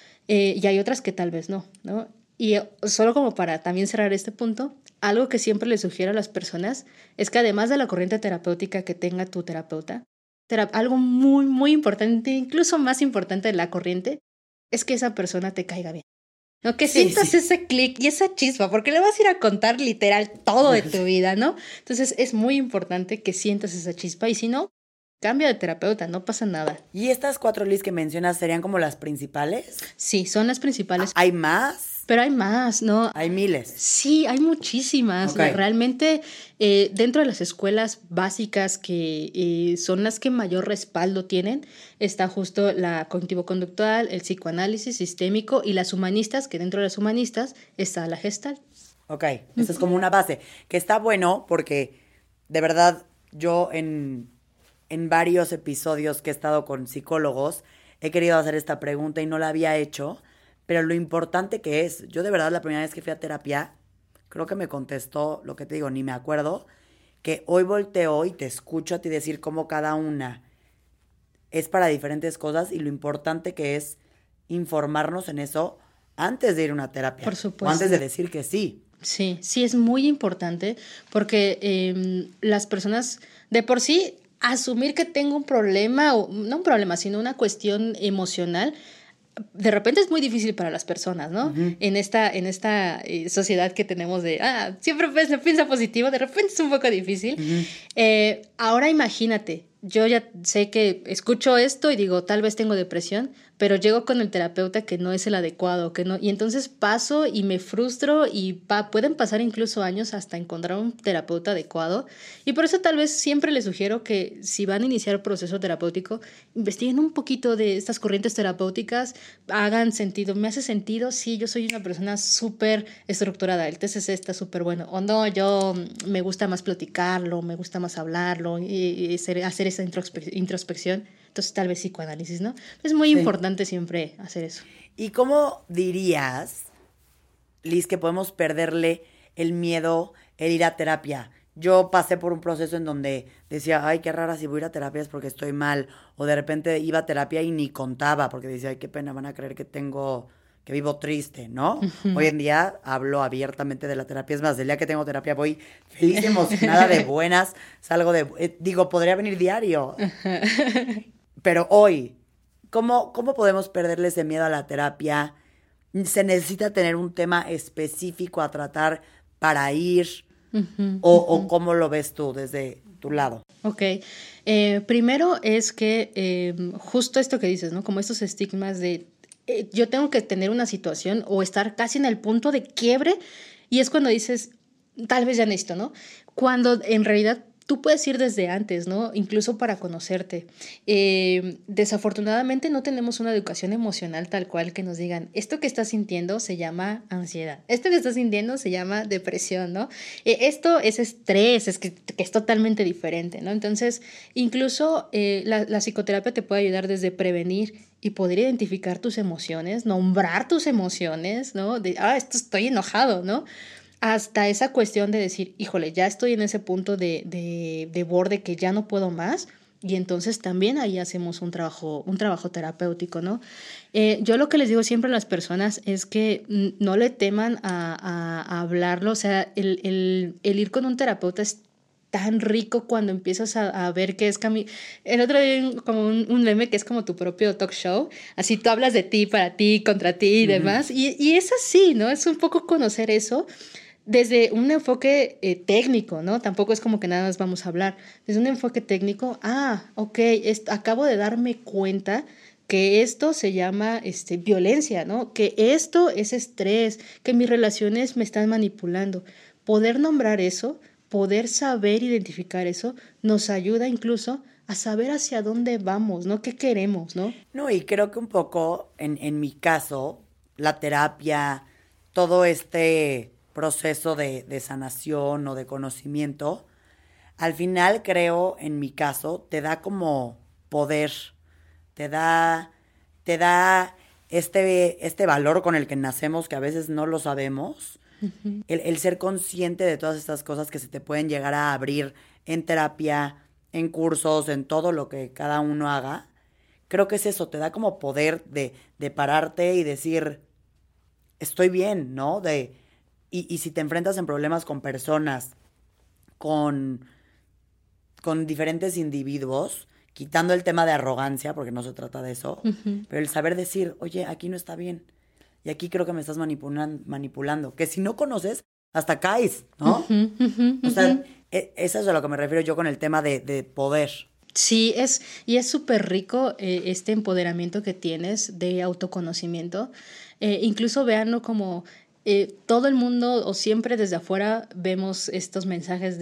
y hay otras que tal vez no, ¿no? Y solo como para también cerrar este punto, algo que siempre les sugiero a las personas es que además de la corriente terapéutica que tenga tu terapeuta, algo muy, muy importante, incluso más importante de la corriente, es que esa persona te caiga bien. ¿No? Que sientas ese clic y esa chispa, porque le vas a ir a contar literal todo de tu vida, ¿no? Entonces es muy importante que sientas esa chispa y si no, cambia de terapeuta, no pasa nada. ¿Y estas 4 Lis que mencionas serían como las principales? Sí, son las principales. ¿Hay más? Pero hay más, ¿no? Hay miles. Sí, hay muchísimas. Okay. Realmente, dentro de las escuelas básicas que son las que mayor respaldo tienen, está justo la cognitivo-conductual, el psicoanálisis sistémico y las humanistas, que dentro de las humanistas está la gestal. Ok, eso es como una base, que está bueno porque de verdad yo en varios episodios que he estado con psicólogos he querido hacer esta pregunta y no la había hecho. Pero lo importante que es, yo de verdad la primera vez que fui a terapia, creo que me contestó lo que te digo, ni me acuerdo, que hoy volteo y te escucho a ti decir cómo cada una es para diferentes cosas y lo importante que es informarnos en eso antes de ir a una terapia. Por supuesto. O antes de decir que sí. Sí, sí es muy importante porque las personas de por sí asumir que tengo un problema, o no un problema, sino una cuestión emocional, de repente es muy difícil para las personas, ¿no? Uh-huh. En esta sociedad que tenemos de, siempre piensa positivo, de repente es un poco difícil. Uh-huh. Ahora imagínate, yo ya sé que escucho esto y digo, tal vez tengo depresión, pero llego con el terapeuta que no es el adecuado, que no, y entonces paso y me frustro y pueden pasar incluso años hasta encontrar un terapeuta adecuado. Y por eso tal vez siempre les sugiero que si van a iniciar proceso terapéutico, investiguen un poquito de estas corrientes terapéuticas, hagan sentido. ¿Me hace sentido? Sí, yo soy una persona súper estructurada, el TCC está súper bueno. O no, yo me gusta más platicarlo, me gusta más hablarlo y hacer esa introspección. Entonces tal vez psicoanálisis, ¿no? Es muy importante siempre hacer eso. ¿Y cómo dirías, Liz, que podemos perderle el miedo, el ir a terapia? Yo pasé por un proceso en donde decía, ay, qué rara, si voy a ir a terapia es porque estoy mal. O de repente iba a terapia y ni contaba porque decía, ay, qué pena, van a creer que tengo que vivo triste, ¿no? Hoy en día hablo abiertamente de la terapia. Es más, del día que tengo terapia voy feliz y emocionada, de buenas. Salgo digo, podría venir diario. Pero hoy, ¿cómo podemos perderle ese miedo a la terapia? ¿Se necesita tener un tema específico a tratar para ir? ¿O cómo lo ves tú desde tu lado? Ok. Primero es que justo esto que dices, ¿no? Como estos estigmas de yo tengo que tener una situación o estar casi en el punto de quiebre y es cuando dices, tal vez ya necesito, ¿no? Cuando en realidad tú puedes ir desde antes, ¿no? Incluso para conocerte. Desafortunadamente no tenemos una educación emocional tal cual que nos digan, esto que estás sintiendo se llama ansiedad, esto que estás sintiendo se llama depresión, ¿no? Esto es estrés, es que es totalmente diferente, ¿no? Entonces, incluso la psicoterapia te puede ayudar desde prevenir y poder identificar tus emociones, nombrar tus emociones, ¿no? De, esto estoy enojado, ¿no? Hasta esa cuestión de decir, híjole, ya estoy en ese punto de borde que ya no puedo más, y entonces también ahí hacemos un trabajo terapéutico, ¿no? Yo lo que les digo siempre a las personas es que no le teman a hablarlo, o sea, el ir con un terapeuta es tan rico cuando empiezas a ver que es el otro día como un meme que es como tu propio talk show, así tú hablas de ti, para ti, contra ti y demás, y es así, ¿no? Es un poco conocer eso desde un enfoque técnico, ¿no? Tampoco es como que nada más vamos a hablar. Desde un enfoque técnico, ok, acabo de darme cuenta que esto se llama violencia, ¿no? Que esto es estrés, que mis relaciones me están manipulando. Poder nombrar eso, poder saber identificar eso, nos ayuda incluso a saber hacia dónde vamos, ¿no? ¿Qué queremos, no? No, y creo que un poco, en mi caso, la terapia, todo este proceso de sanación o de conocimiento, al final creo, en mi caso, te da como poder, te da este valor con el que nacemos, que a veces no lo sabemos, el ser consciente de todas estas cosas que se te pueden llegar a abrir en terapia, en cursos, en todo lo que cada uno haga. Creo que es eso, te da como poder de pararte y decir, estoy bien, ¿no? Y si te enfrentas en problemas con personas, con diferentes individuos, quitando el tema de arrogancia, porque no se trata de eso, pero el saber decir, oye, aquí no está bien, y aquí creo que me estás manipulando, que si no conoces, hasta caes, ¿no? O sea, eso es a lo que me refiero yo con el tema de poder. Sí, y es súper rico este empoderamiento que tienes de autoconocimiento. Incluso véanlo como todo el mundo o siempre desde afuera vemos estos mensajes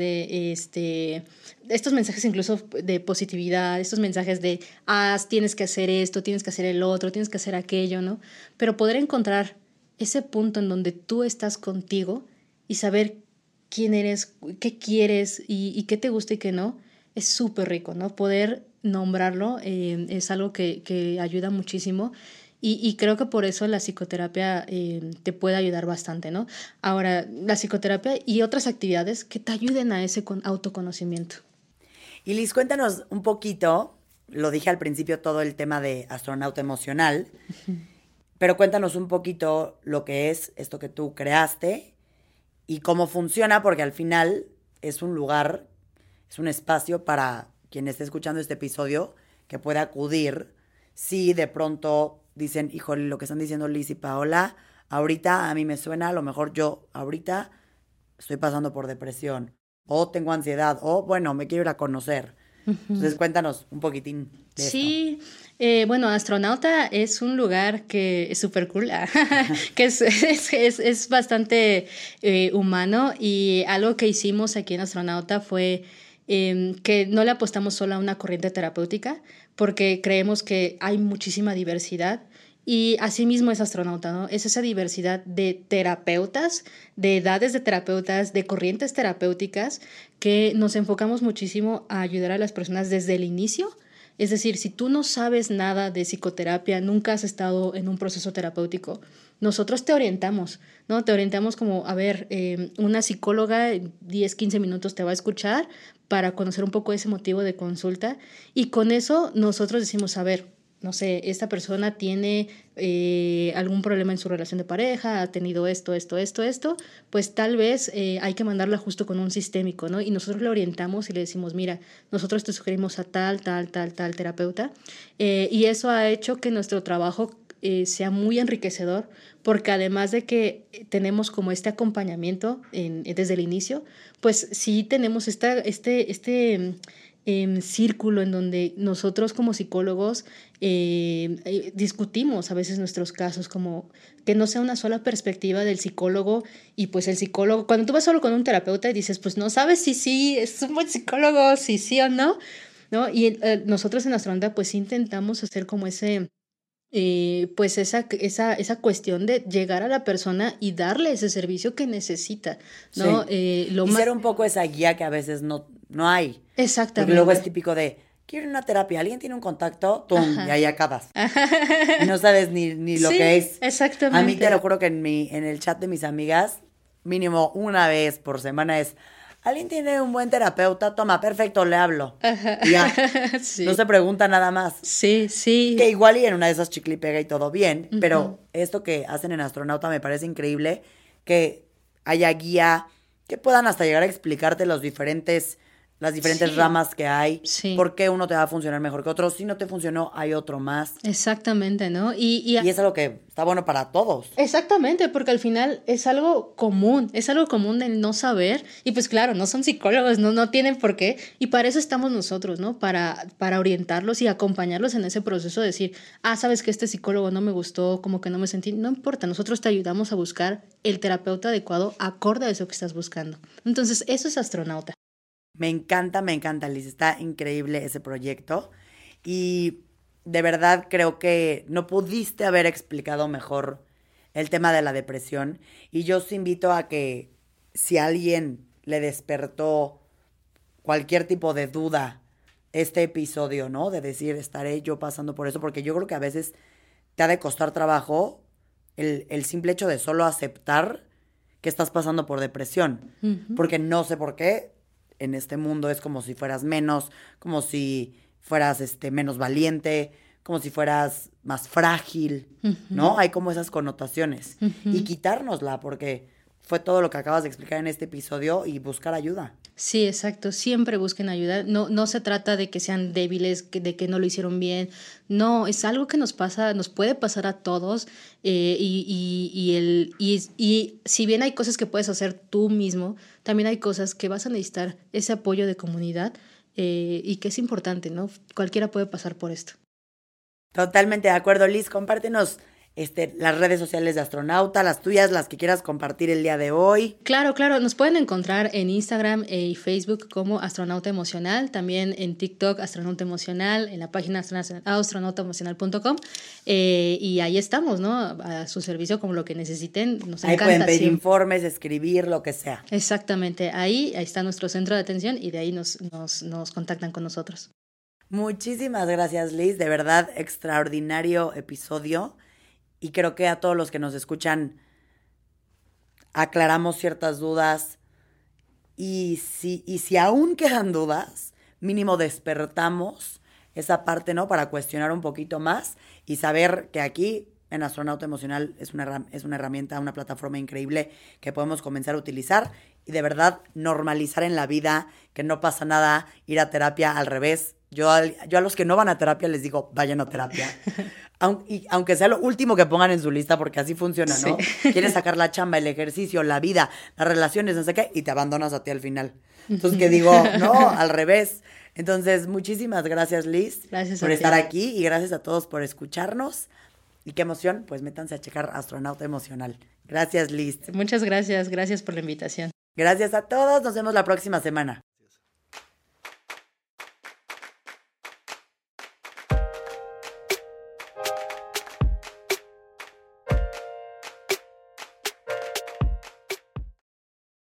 estos mensajes incluso de positividad, estos mensajes de tienes que hacer esto, tienes que hacer el otro, tienes que hacer aquello, ¿no? Pero poder encontrar ese punto en donde tú estás contigo y saber quién eres, qué quieres y qué te gusta y qué no, es súper rico, ¿no? Poder nombrarlo es algo que ayuda muchísimo. Y creo que por eso la psicoterapia te puede ayudar bastante, ¿no? Ahora, la psicoterapia y otras actividades que te ayuden a ese autoconocimiento. Y Liz, cuéntanos un poquito, lo dije al principio, todo el tema de astronauta emocional, pero cuéntanos un poquito lo que es esto que tú creaste y cómo funciona, porque al final es un lugar, es un espacio para quien esté escuchando este episodio que pueda acudir si de pronto dicen, híjole, lo que están diciendo Liz y Paola, ahorita a mí me suena, a lo mejor yo ahorita estoy pasando por depresión, o tengo ansiedad, o bueno, me quiero ir a conocer. Entonces cuéntanos un poquitín de sí, bueno, Astronauta es un lugar que es súper cool, que es bastante humano, y algo que hicimos aquí en Astronauta fue que no le apostamos solo a una corriente terapéutica, porque creemos que hay muchísima diversidad. Y asimismo es Astronauta, ¿no? Es esa diversidad de terapeutas, de edades de terapeutas, de corrientes terapéuticas, que nos enfocamos muchísimo a ayudar a las personas desde el inicio. Es decir, si tú no sabes nada de psicoterapia, nunca has estado en un proceso terapéutico, nosotros te orientamos, ¿no? Te orientamos como, a ver, una psicóloga 10, 15 minutos te va a escuchar para conocer un poco ese motivo de consulta, y con eso nosotros decimos, a ver, no sé, esta persona tiene algún problema en su relación de pareja, ha tenido esto, pues tal vez hay que mandarla justo con un sistémico, ¿no? Y nosotros le orientamos y le decimos, mira, nosotros te sugerimos a tal terapeuta, y eso ha hecho que nuestro trabajo sea muy enriquecedor, porque además de que tenemos como este acompañamiento desde el inicio, pues sí tenemos este círculo en donde nosotros como psicólogos discutimos a veces nuestros casos, como que no sea una sola perspectiva del psicólogo, y pues el psicólogo, cuando tú vas solo con un terapeuta y dices, pues no sabes si sí es un buen psicólogo, si sí o no, ¿no? Y nosotros en Astronauta pues intentamos hacer como pues esa cuestión de llegar a la persona y darle ese servicio que necesita, ¿no? Sí. Y ser un poco esa guía que a veces no hay. Exactamente. Porque luego es típico de, quiero una terapia, alguien tiene un contacto, ¡tum! Y ahí acabas. Y no sabes ni lo que es. Exactamente. A mí te lo juro que en el chat de mis amigas, mínimo una vez por semana es, alguien tiene un buen terapeuta, toma, perfecto, le hablo. Y ya. Sí. No se pregunta nada más. Sí. Que igual y en una de esas chicle y pega y todo bien, pero esto que hacen en Astronauta me parece increíble, que haya guía, que puedan hasta llegar a explicarte las diferentes ramas que hay, por qué uno te va a funcionar mejor que otro, si no te funcionó, hay otro más. Exactamente, ¿no? Y es algo que está bueno para todos. Exactamente, porque al final es algo común del no saber, y pues claro, no son psicólogos, no tienen por qué, y para eso estamos nosotros, ¿no? Para orientarlos y acompañarlos en ese proceso de decir, sabes que este psicólogo no me gustó, como que no me sentí, no importa, nosotros te ayudamos a buscar el terapeuta adecuado acorde a eso que estás buscando. Entonces, eso es Astronauta. Me encanta, Liz. Está increíble ese proyecto. Y de verdad creo que no pudiste haber explicado mejor el tema de la depresión. Y yo os invito a que si a alguien le despertó cualquier tipo de duda este episodio, ¿no? De decir, estaré yo pasando por eso. Porque yo creo que a veces te ha de costar trabajo el simple hecho de solo aceptar que estás pasando por depresión. Porque no sé por qué. En este mundo es como si fueras menos, como si fueras menos valiente, como si fueras más frágil, ¿no? Hay como esas connotaciones. Y quitárnosla, porque fue todo lo que acabas de explicar en este episodio, y buscar ayuda. Sí, exacto. Siempre busquen ayuda. No se trata de que sean débiles, de que no lo hicieron bien. No, es algo que nos puede pasar a todos. Y si bien hay cosas que puedes hacer tú mismo, también hay cosas que vas a necesitar ese apoyo de comunidad, y que es importante, ¿no? Cualquiera puede pasar por esto. Totalmente de acuerdo, Liz. Compártenos las redes sociales de Astronauta, las tuyas, las que quieras compartir el día de hoy. Claro, nos pueden encontrar en Instagram y Facebook como Astronauta Emocional, también en TikTok Astronauta Emocional, en la página astronautaemocional.com, y ahí estamos, ¿no? A su servicio, como lo que necesiten, nos ahí encanta. Ahí pueden pedir informes, escribir, lo que sea. Exactamente, ahí está nuestro centro de atención, y de ahí nos contactan con nosotros. Muchísimas gracias, Liz, de verdad, extraordinario episodio. Y creo que a todos los que nos escuchan aclaramos ciertas dudas. Y si aún quedan dudas, mínimo despertamos esa parte, ¿no? Para cuestionar un poquito más y saber que aquí en Astronauta Emocional es una herramienta, una plataforma increíble que podemos comenzar a utilizar y de verdad normalizar en la vida, que no pasa nada ir a terapia, al revés. Yo a los que no van a terapia les digo, vayan a terapia. Aunque sea lo último que pongan en su lista, porque así funciona, ¿no? Sí. Quieres sacar la chamba, el ejercicio, la vida, las relaciones, no sé qué, y te abandonas a ti al final. Entonces, que digo, no, al revés. Entonces, muchísimas gracias, Liz, por estar aquí, y gracias a todos por escucharnos. Y qué emoción, pues métanse a checar Astronauta Emocional. Gracias, Liz. Muchas gracias por la invitación. Gracias a todos, nos vemos la próxima semana.